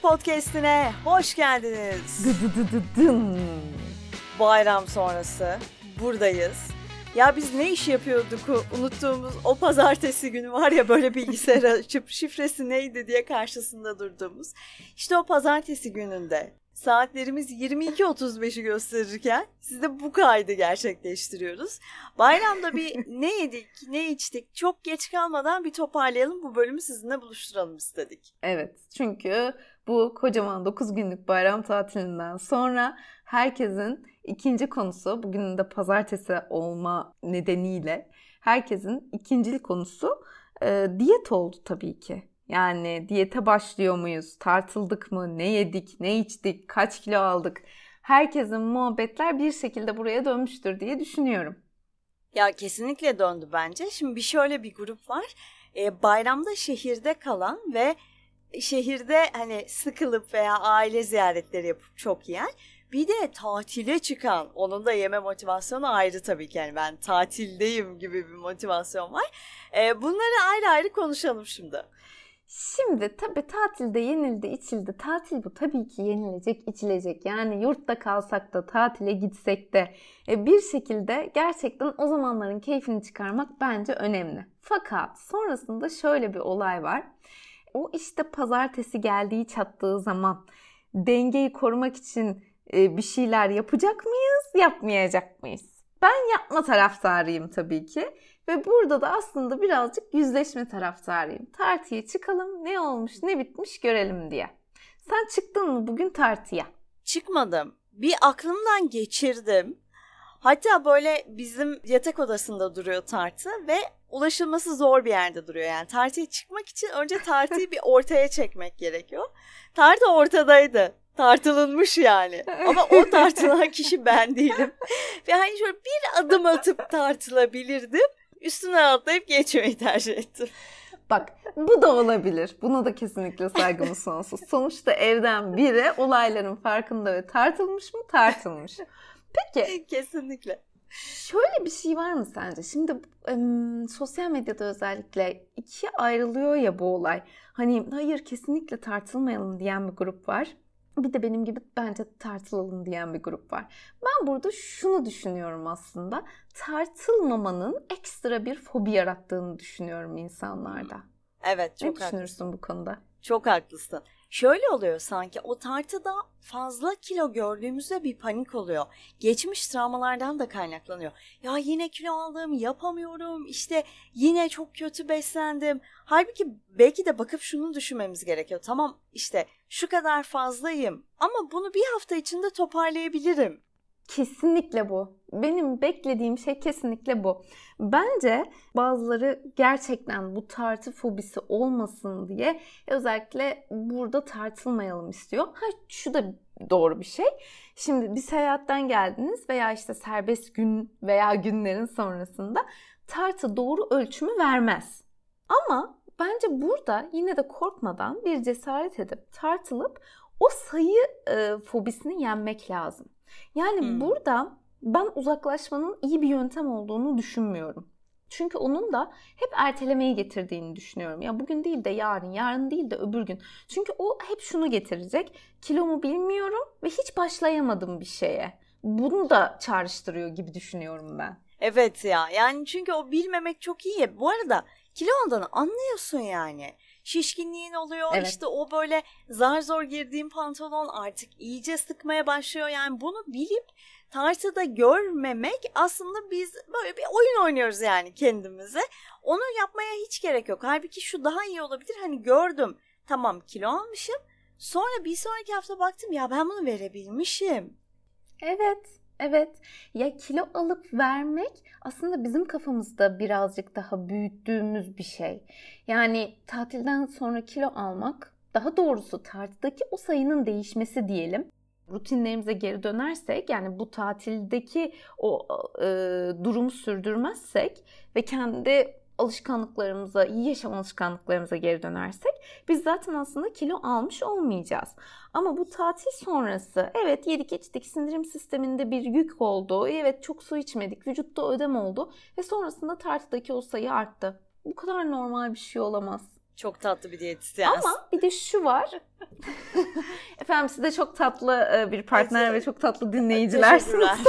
Podcast'ine hoş geldiniz. Bayram sonrası buradayız. Ya biz ne iş yapıyorduk unuttuğumuz o pazartesi günü var ya, böyle bilgisayara açıp şifresi neydi diye karşısında durduğumuz. İşte o pazartesi gününde saatlerimiz 22.35'i gösterirken size bu kaydı gerçekleştiriyoruz. Bayramda bir ne yedik, ne içtik, çok geç kalmadan bir toparlayalım, bu bölümü sizinle buluşturalım istedik. Evet, çünkü bu kocaman 9 günlük bayram tatilinden sonra herkesin ikinci konusu, bugün de pazartesi olma nedeniyle herkesin ikinci konusu diyet oldu tabii ki. Yani diyete başlıyor muyuz? Tartıldık mı? Ne yedik? Ne içtik? Kaç kilo aldık? Herkesin muhabbetler bir şekilde buraya dönmüştür diye düşünüyorum. Ya kesinlikle döndü bence. Şimdi şöyle bir grup var. Bayramda şehirde kalan ve şehirde hani sıkılıp veya aile ziyaretleri yapıp çok yiyen. Bir de tatile çıkan, onun da yeme motivasyonu ayrı tabii ki. Yani ben tatildeyim gibi bir motivasyon var. Bunları ayrı ayrı konuşalım şimdi. Şimdi tabii tatilde yenildi, içildi. Tatil bu tabii ki yenilecek, içilecek. Yani yurtta kalsak da, tatile gitsek de bir şekilde gerçekten o zamanların keyfini çıkarmak bence önemli. Fakat sonrasında şöyle bir olay var. O işte pazartesi geldiği çattığı zaman dengeyi korumak için bir şeyler yapacak mıyız, yapmayacak mıyız? Ben yapma taraftarıyım tabii ki. Ve burada da aslında birazcık yüzleşme taraftarıyım. Tartıya çıkalım, ne olmuş, ne bitmiş görelim diye. Sen çıktın mı bugün tartıya? Çıkmadım. Bir aklımdan geçirdim. Hatta böyle bizim yatak odasında duruyor tartı ve ulaşılması zor bir yerde duruyor. Yani tartıya çıkmak için önce tartıyı bir ortaya çekmek gerekiyor. Tartı ortadaydı. Tartılınmış yani. Ama o tartılan kişi ben değilim. Ve hani şöyle bir adım atıp tartılabilirdim. Üstüne atlayıp geçmeyi tercih ettim. Bak, bu da olabilir. Buna da kesinlikle saygımız sonsuz. Sonuçta evden biri olayların farkında ve tartılmış mı? Tartılmış. Peki. Kesinlikle. Şöyle bir şey var mı sence? Şimdi sosyal medyada özellikle ikiye ayrılıyor ya bu olay. Hani hayır kesinlikle tartılmayalım diyen bir grup var. Bir de benim gibi bence tartılalım diyen bir grup var. Ben burada şunu düşünüyorum aslında. Tartılmamanın ekstra bir fobi yarattığını düşünüyorum insanlarda. Evet, çok haklısın. Ne düşünürsün bu konuda? Çok haklısın. Şöyle oluyor sanki, o tartıda fazla kilo gördüğümüzde bir panik oluyor. Geçmiş travmalardan da kaynaklanıyor. Ya yine kilo aldım, yapamıyorum, işte yine çok kötü beslendim. Halbuki belki de bakıp şunu düşünmemiz gerekiyor. Tamam, işte şu kadar fazlayım ama bunu bir hafta içinde toparlayabilirim. Kesinlikle bu. Benim beklediğim şey kesinlikle bu. Bence bazıları gerçekten bu tartı fobisi olmasın diye özellikle burada tartılmayalım istiyor. Şu da doğru bir şey. Şimdi bir seyahatten geldiniz veya işte serbest gün veya günlerin sonrasında tartı doğru ölçümü vermez. Ama bence burada yine de korkmadan bir cesaret edip tartılıp o sayı fobisini yenmek lazım. Yani burada ben uzaklaşmanın iyi bir yöntem olduğunu düşünmüyorum. Çünkü onun da hep ertelemeyi getirdiğini düşünüyorum. Ya bugün değil de yarın, yarın değil de öbür gün. Çünkü o hep şunu getirecek. Kilomu bilmiyorum ve hiç başlayamadım bir şeye. Bunu da çağrıştırıyor gibi düşünüyorum ben. Evet ya, yani çünkü o bilmemek çok iyi. Bu arada kilo aldığını anlıyorsun yani. Şişkinliğin oluyor, evet. İşte o böyle zar zor girdiğin pantolon artık iyice sıkmaya başlıyor. Yani bunu bilip tartıda görmemek, aslında biz böyle bir oyun oynuyoruz yani kendimize. Onu yapmaya hiç gerek yok. Halbuki şu daha iyi olabilir. Hani gördüm, tamam kilo almışım. Sonra bir sonraki hafta baktım, ya ben bunu verebilmişim. Evet. Ya kilo alıp vermek aslında bizim kafamızda birazcık daha büyüttüğümüz bir şey. Yani tatilden sonra kilo almak, daha doğrusu tartıdaki o sayının değişmesi diyelim. Rutinlerimize geri dönersek, yani bu tatildeki o durumu sürdürmezsek ve kendi alışkanlıklarımıza, iyi yaşam alışkanlıklarımıza geri dönersek biz zaten aslında kilo almış olmayacağız. Ama bu tatil sonrası evet yedik içtik, sindirim sisteminde bir yük oldu. Evet çok su içmedik, vücutta ödem oldu ve sonrasında tartıdaki o sayı arttı. Bu kadar normal bir şey olamaz. Çok tatlı bir diyetisyen. Ama bir de şu var. Efendim siz de çok tatlı bir partner ve çok tatlı dinleyicilersiniz.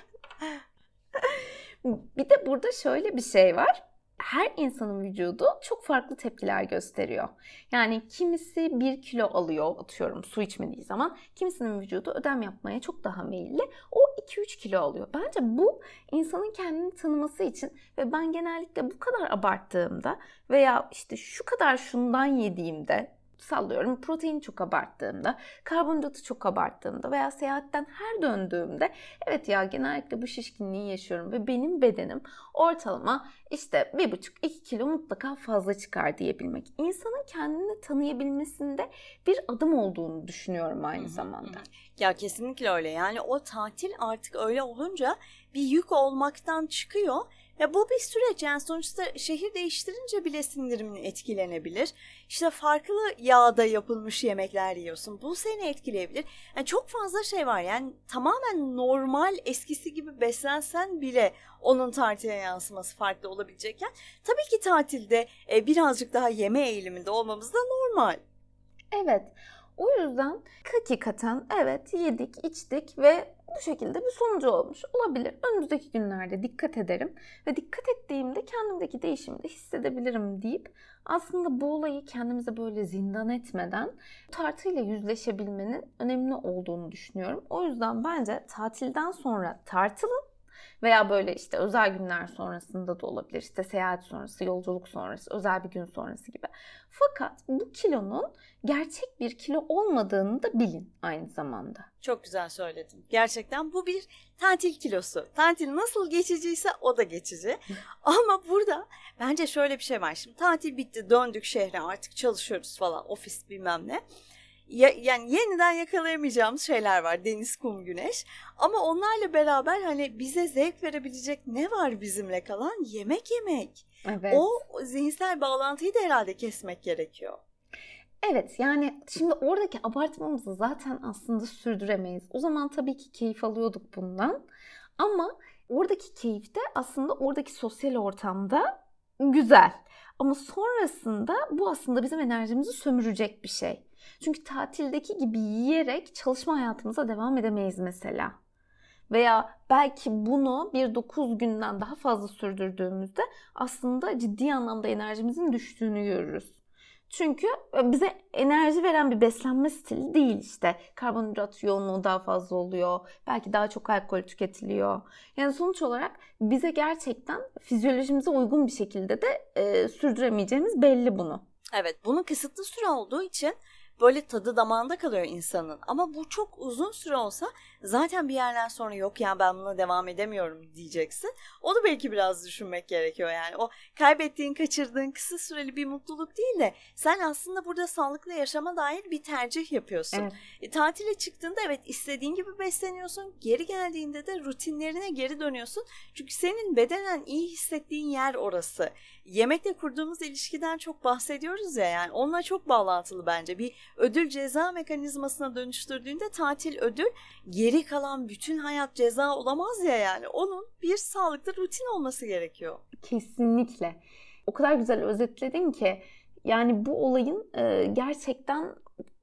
Bir de burada şöyle bir şey var. Her insanın vücudu çok farklı tepkiler gösteriyor. Yani kimisi 1 kilo alıyor, atıyorum su içmediği zaman. Kimisinin vücudu ödem yapmaya çok daha meyilli. O 2-3 kilo alıyor. Bence bu insanın kendini tanıması için ve ben genellikle bu kadar abarttığımda veya işte şu kadar şundan yediğimde, sallıyorum protein çok abarttığımda, karbonhidratı çok abarttığımda veya seyahatten her döndüğümde evet ya genellikle bu şişkinliği yaşıyorum ve benim bedenim ortalama işte 1,5-2 kilo mutlaka fazla çıkar diyebilmek. İnsanın kendini tanıyabilmesinde bir adım olduğunu düşünüyorum aynı zamanda. Ya kesinlikle öyle. Yani o tatil artık öyle olunca bir yük olmaktan çıkıyor. Ya bu bir süreç, yani sonuçta şehir değiştirince bile sindirimin etkilenebilir. İşte farklı yağda yapılmış yemekler yiyorsun. Bu seni etkileyebilir. Yani çok fazla şey var. Yani tamamen normal eskisi gibi beslensen bile onun tartıya yansıması farklı olabilecekken. Tabii ki tatilde birazcık daha yeme eğiliminde olmamız da normal. Evet. O yüzden hakikaten evet yedik, içtik ve bu şekilde bir sonucu olmuş olabilir. Önümüzdeki günlerde dikkat ederim ve dikkat ettiğimde kendimdeki değişimi de hissedebilirim deyip aslında bu olayı kendimize böyle zindan etmeden tartıyla yüzleşebilmenin önemli olduğunu düşünüyorum. O yüzden bence tatilden sonra tartılın. Veya böyle işte özel günler sonrasında da olabilir. İşte seyahat sonrası, yolculuk sonrası, özel bir gün sonrası gibi. Fakat bu kilonun gerçek bir kilo olmadığını da bilin aynı zamanda. Çok güzel söyledin. Gerçekten bu bir tatil kilosu. Tatil nasıl geçiciyse o da geçici. Ama burada bence şöyle bir şey var. Şimdi tatil bitti, döndük şehre, artık çalışıyoruz falan, ofis bilmem ne. Yani yeniden yakalayamayacağımız şeyler var. Deniz, kum, güneş. Ama onlarla beraber hani bize zevk verebilecek ne var bizimle kalan? Yemek yemek. Evet. O zihinsel bağlantıyı da herhalde kesmek gerekiyor. Evet, yani şimdi oradaki abartmamızı zaten aslında sürdüremeyiz. O zaman tabii ki keyif alıyorduk bundan. Ama oradaki keyif de aslında oradaki sosyal ortamda güzel. Ama sonrasında bu aslında bizim enerjimizi sömürecek bir şey. Çünkü tatildeki gibi yiyerek çalışma hayatımıza devam edemeyiz mesela. Veya belki bunu bir 9 günden daha fazla sürdürdüğümüzde aslında ciddi anlamda enerjimizin düştüğünü görürüz. Çünkü bize enerji veren bir beslenme stili değil işte. Karbonhidrat yoğunluğu daha fazla oluyor. Belki daha çok alkol tüketiliyor. Yani sonuç olarak bize gerçekten fizyolojimize uygun bir şekilde de sürdüremeyeceğimiz belli bunu. Evet, bunun kısıtlı süre olduğu için böyle tadı damağında kalıyor insanın. Ama bu çok uzun süre olsa zaten bir yerden sonra yok ya ben buna devam edemiyorum diyeceksin. Onu belki biraz düşünmek gerekiyor yani. O kaybettiğin, kaçırdığın kısa süreli bir mutluluk değil de sen aslında burada sağlıklı yaşama dair bir tercih yapıyorsun. Evet. Tatile çıktığında evet istediğin gibi besleniyorsun. Geri geldiğinde de rutinlerine geri dönüyorsun. Çünkü senin bedenen iyi hissettiğin yer orası. Yemekle kurduğumuz ilişkiden çok bahsediyoruz ya, yani onunla çok bağlantılı bence. Bir ödül ceza mekanizmasına dönüştürdüğünde tatil ödül, geri kalan bütün hayat ceza olamaz ya, yani onun bir sağlıklı rutin olması gerekiyor. Kesinlikle. O kadar güzel özetledin ki yani bu olayın gerçekten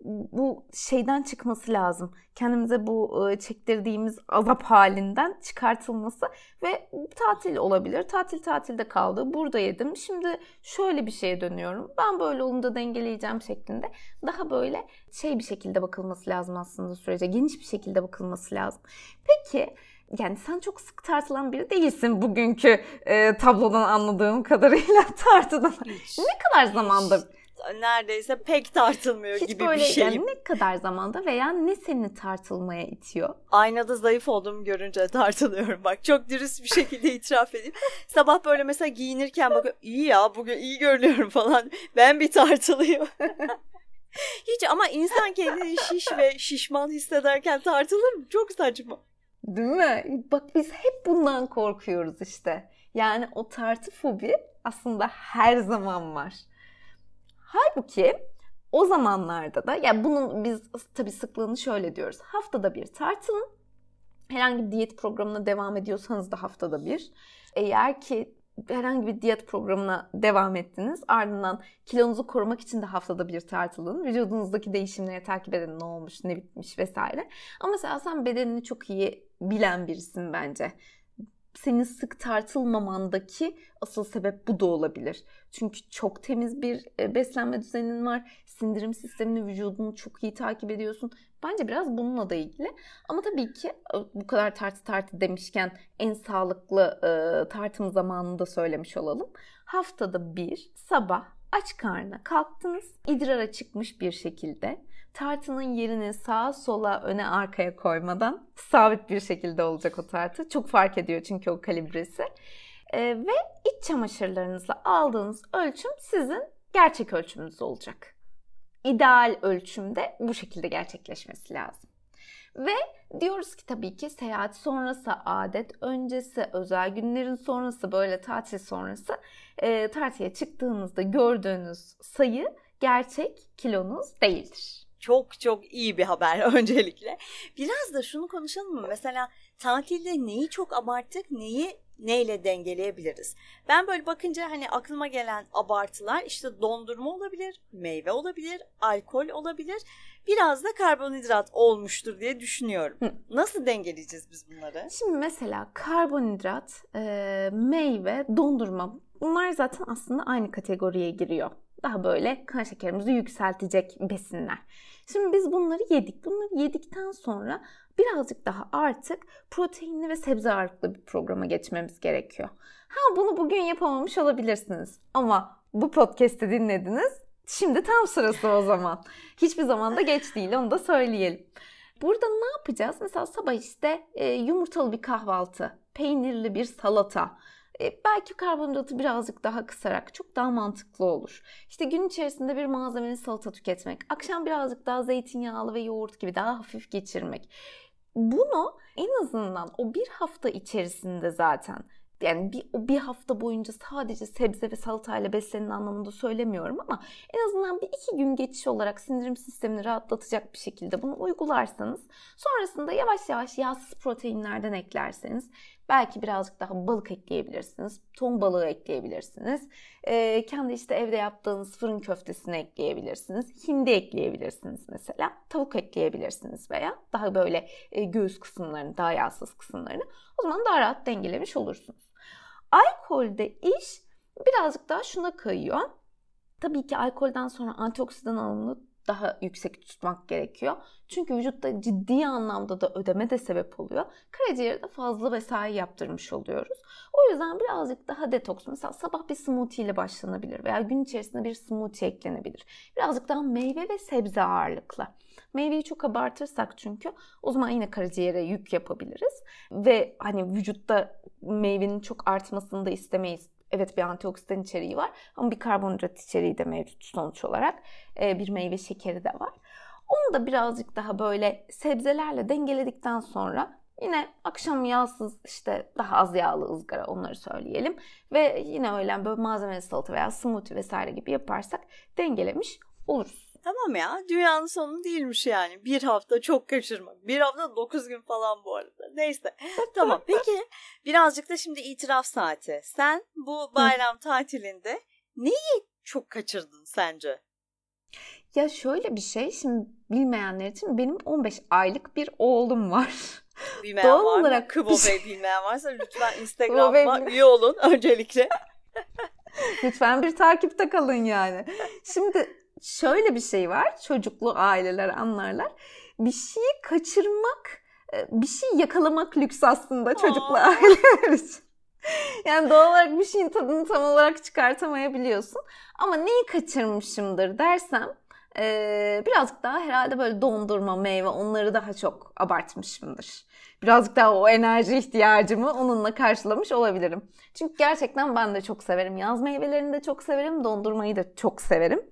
bu şeyden çıkması lazım. Kendimize bu çektirdiğimiz azap halinden çıkartılması ve tatil olabilir. Tatilde kaldı. Burada yedim. Şimdi şöyle bir şeye dönüyorum. Ben böyle olunca dengeleyeceğim şeklinde. Daha böyle bir şekilde bakılması lazım aslında sürece. Geniş bir şekilde bakılması lazım. Peki yani sen çok sık tartılan biri değilsin bugünkü tablodan anladığım kadarıyla tartıdan. Hiç. Ne kadar zamandır? Neredeyse pek tartılmıyor hiç gibi böyle, bir şey. Yani ne kadar zamanda veya ne seni tartılmaya itiyor? Aynada zayıf olduğumu görünce tartılıyorum. Bak çok dürüst bir şekilde itiraf edeyim. Sabah böyle mesela giyinirken bakıyorum, iyi ya bugün iyi görünüyorum falan. Ben bir tartılıyor. Hiç, ama insan kendini şiş ve şişman hissederken tartılır mı? Çok saçma. Değil mi? Bak biz hep bundan korkuyoruz işte. Yani o tartı fobi aslında her zaman var. Halbuki o zamanlarda da yani bunun biz tabii sıklığını şöyle diyoruz. Haftada bir tartılın. Herhangi bir diyet programına devam ediyorsanız da haftada bir. Eğer ki herhangi bir diyet programına devam ettiniz. Ardından kilonuzu korumak için de haftada bir tartılın. Vücudunuzdaki değişimleri takip edin, ne olmuş, ne bitmiş vesaire. Ama mesela sen bedenini çok iyi bilen birisin bence. Senin sık tartılmamandaki asıl sebep bu da olabilir. Çünkü çok temiz bir beslenme düzenin var. Sindirim sistemini, vücudunu çok iyi takip ediyorsun. Bence biraz bununla da ilgili. Ama tabii ki bu kadar tartı demişken en sağlıklı tartım zamanını da söylemiş olalım. Haftada bir sabah aç karnına kalktınız. İdrara çıkmış bir şekilde tartının yerini sağa sola öne arkaya koymadan sabit bir şekilde olacak o tartı. Çok fark ediyor çünkü o kalibresi. Ve iç çamaşırlarınızla aldığınız ölçüm sizin gerçek ölçümünüz olacak. İdeal ölçümde bu şekilde gerçekleşmesi lazım. Ve diyoruz ki tabii ki seyahat sonrası, adet öncesi, özel günlerin sonrası, böyle tatil sonrası tartıya çıktığınızda gördüğünüz sayı gerçek kilonuz değildir. Çok çok iyi bir haber öncelikle. Biraz da şunu konuşalım mı? Mesela tatilde neyi çok abarttık, neyi neyle dengeleyebiliriz? Ben böyle bakınca hani aklıma gelen abartılar işte dondurma olabilir, meyve olabilir, alkol olabilir. Biraz da karbonhidrat olmuştur diye düşünüyorum. Nasıl dengeleyeceğiz biz bunları? Şimdi mesela karbonhidrat, meyve, dondurma, bunlar zaten aslında aynı kategoriye giriyor. Daha böyle kan şekerimizi yükseltecek besinler. Şimdi biz bunları yedik. Bunları yedikten sonra birazcık daha artık proteinli ve sebze ağırlıklı bir programa geçmemiz gerekiyor. Bunu bugün yapamamış olabilirsiniz. Ama bu podcast'i dinlediniz. Şimdi tam sırası o zaman. Hiçbir zaman da geç değil, onu da söyleyelim. Burada ne yapacağız? Mesela sabah işte yumurtalı bir kahvaltı, peynirli bir salata. Belki karbonhidratı birazcık daha kısarak çok daha mantıklı olur. İşte gün içerisinde bir malzemeli salata tüketmek, akşam birazcık daha zeytinyağlı ve yoğurt gibi daha hafif geçirmek. Bunu en azından o bir hafta içerisinde zaten, yani bir hafta boyunca sadece sebze ve salatayla beslenin anlamında söylemiyorum ama en azından bir iki gün geçiş olarak sindirim sistemini rahatlatacak bir şekilde bunu uygularsanız, sonrasında yavaş yavaş yağsız proteinlerden eklerseniz, belki birazcık daha balık ekleyebilirsiniz, ton balığı ekleyebilirsiniz, kendi işte evde yaptığınız fırın köftesini ekleyebilirsiniz, hindi ekleyebilirsiniz mesela, tavuk ekleyebilirsiniz veya daha böyle göğüs kısımlarını, daha yağsız kısımlarını, o zaman daha rahat dengelemiş olursunuz. Alkolde iş birazcık daha şuna kayıyor. Tabii ki alkolden sonra antioksidan alımını daha yüksek tutmak gerekiyor. Çünkü vücutta ciddi anlamda da ödeme de sebep oluyor. Karaciğere de fazla mesai yaptırmış oluyoruz. O yüzden birazcık daha detoks. Mesela sabah bir smoothie ile başlanabilir veya gün içerisinde bir smoothie eklenebilir. Birazcık daha meyve ve sebze ağırlıklı. Meyveyi çok abartırsak çünkü o zaman yine karaciğere yük yapabiliriz. Ve hani vücutta meyvenin çok artmasını da istemeyiz. Evet, bir antioksidan içeriği var ama bir karbonhidrat içeriği de mevcut sonuç olarak. Bir meyve şekeri de var. Onu da birazcık daha böyle sebzelerle dengeledikten sonra yine akşam yağsız, işte daha az yağlı ızgara, onları söyleyelim. Ve yine öğlen böyle malzemeli salata veya smoothie vesaire gibi yaparsak dengelemiş oluruz. Tamam ya, dünyanın sonu değilmiş yani. Bir hafta çok kaçırma. Bir hafta 9 gün falan bu arada. Neyse. Tamam, peki birazcık da şimdi itiraf saati. Sen bu bayram tatilinde neyi çok kaçırdın sence? Ya şöyle bir şey, şimdi bilmeyenler için benim 15 aylık bir oğlum var. Bilmeyen Doğal var olarak mı? Kıvo Bey bilmeyen varsa lütfen Instagram'a üye olun öncelikle. Lütfen bir takipte kalın yani. Şimdi şöyle bir şey var, çocuklu aileler anlarlar. Bir şeyi kaçırmak, bir şey yakalamak lüks aslında çocuklu aileler için. Yani doğal olarak bir şeyin tadını tam olarak çıkartamayabiliyorsun. Ama neyi kaçırmışımdır dersem, birazcık daha herhalde böyle dondurma, meyve, onları daha çok abartmışımdır. Birazcık daha o enerji ihtiyacımı onunla karşılamış olabilirim. Çünkü gerçekten ben de çok severim. Yaz meyvelerini de çok severim, dondurmayı da çok severim.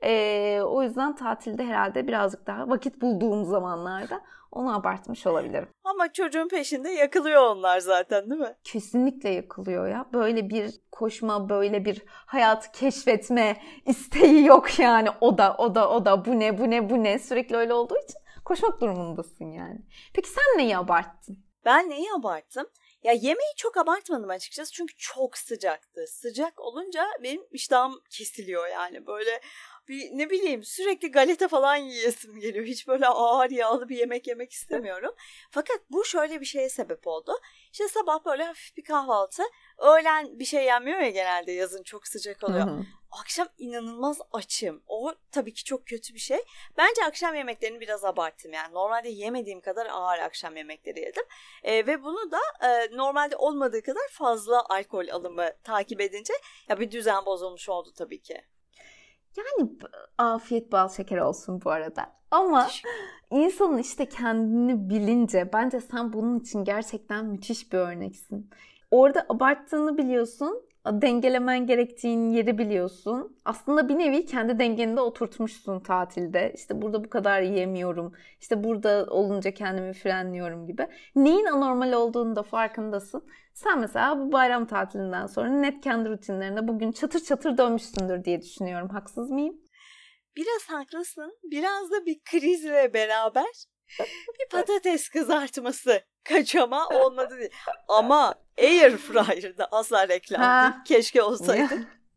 O yüzden tatilde herhalde birazcık daha vakit bulduğum zamanlarda onu abartmış olabilirim. Ama çocuğun peşinde yakılıyor onlar zaten, değil mi? Kesinlikle yakılıyor ya. Böyle bir koşma, böyle bir hayatı keşfetme isteği yok yani. O da bu ne sürekli öyle olduğu için koşmak durumundasın yani. Peki sen neyi abarttın? Ben neyi abarttım? Ya yemeği çok abartmadım açıkçası çünkü çok sıcaktı. Sıcak olunca benim iştahım kesiliyor yani. Böyle bir ne bileyim sürekli galeta falan yiyesim geliyor. Hiç böyle ağır yağlı bir yemek yemek istemiyorum. Fakat bu şöyle bir şeye sebep oldu. İşte sabah böyle hafif bir kahvaltı. Öğlen bir şey yenmiyor ya genelde, yazın çok sıcak oluyor. Hı hı. Akşam inanılmaz açım. O tabii ki çok kötü bir şey. Bence akşam yemeklerini biraz abarttım. Yani normalde yemediğim kadar ağır akşam yemekleri yedim. Ve bunu da normalde olmadığı kadar fazla alkol alımı takip edince ya bir düzen bozulmuş oldu tabii ki. Yani afiyet bal şeker olsun bu arada. Ama insanın işte kendini bilince bence sen bunun için gerçekten müthiş bir örneksin. Orada abarttığını biliyorsun, dengelemen gerektiğin yeri biliyorsun. Aslında bir nevi kendi dengeni de oturtmuşsun tatilde. İşte burada bu kadar yiyemiyorum, işte burada olunca kendimi frenliyorum gibi. Neyin anormal olduğunu da farkındasın. Sen mesela bu bayram tatilinden sonra net kendi rutinlerine bugün çatır çatır dönmüşsündür diye düşünüyorum. Haksız mıyım? Biraz haklısın. Biraz da bir krizle beraber bir patates kızartması kaçama olmadı değil. Ama air fryer'da asla reklam değil. Keşke olsaydı.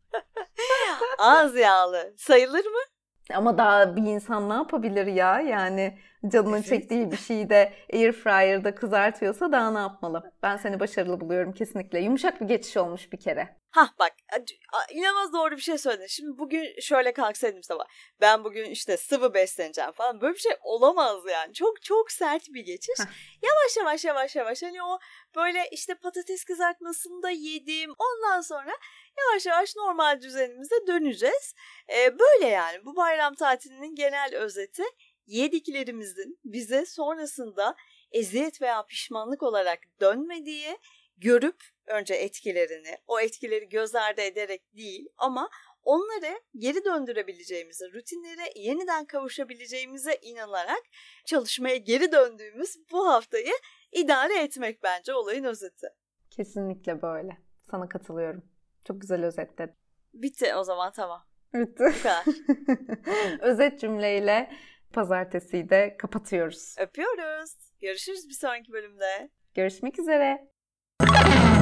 Az yağlı. Sayılır mı? Ama daha bir insan ne yapabilir ya? Yani canının çektiği bir şeyi de air fryer'da kızartıyorsa daha ne yapmalı? Ben seni başarılı buluyorum kesinlikle. Yumuşak bir geçiş olmuş bir kere. Bak inanılmaz doğru bir şey söyledin. Şimdi bugün şöyle kalksaydım sabah. Ben bugün işte sıvı besleneceğim falan. Böyle bir şey olamaz yani. Çok çok sert bir geçiş. Yavaş. Hani o böyle işte patates kızartmasını da yedim. Ondan sonra yavaş normal düzenimize döneceğiz. Böyle yani bu bayram tatilinin genel özeti, yediklerimizin bize sonrasında eziyet veya pişmanlık olarak dönmediği, görüp önce etkilerini, o etkileri göz ardı ederek değil ama onları geri döndürebileceğimize, rutinlere yeniden kavuşabileceğimize inanarak çalışmaya geri döndüğümüz bu haftayı idare etmek bence olayın özeti. Kesinlikle böyle. Sana katılıyorum. Çok güzel özetledin. Bitti o zaman, tamam. Bitti. Bu kadar. Özet cümleyle pazartesiyi de kapatıyoruz. Öpüyoruz. Görüşürüz bir sonraki bölümde. Görüşmek üzere.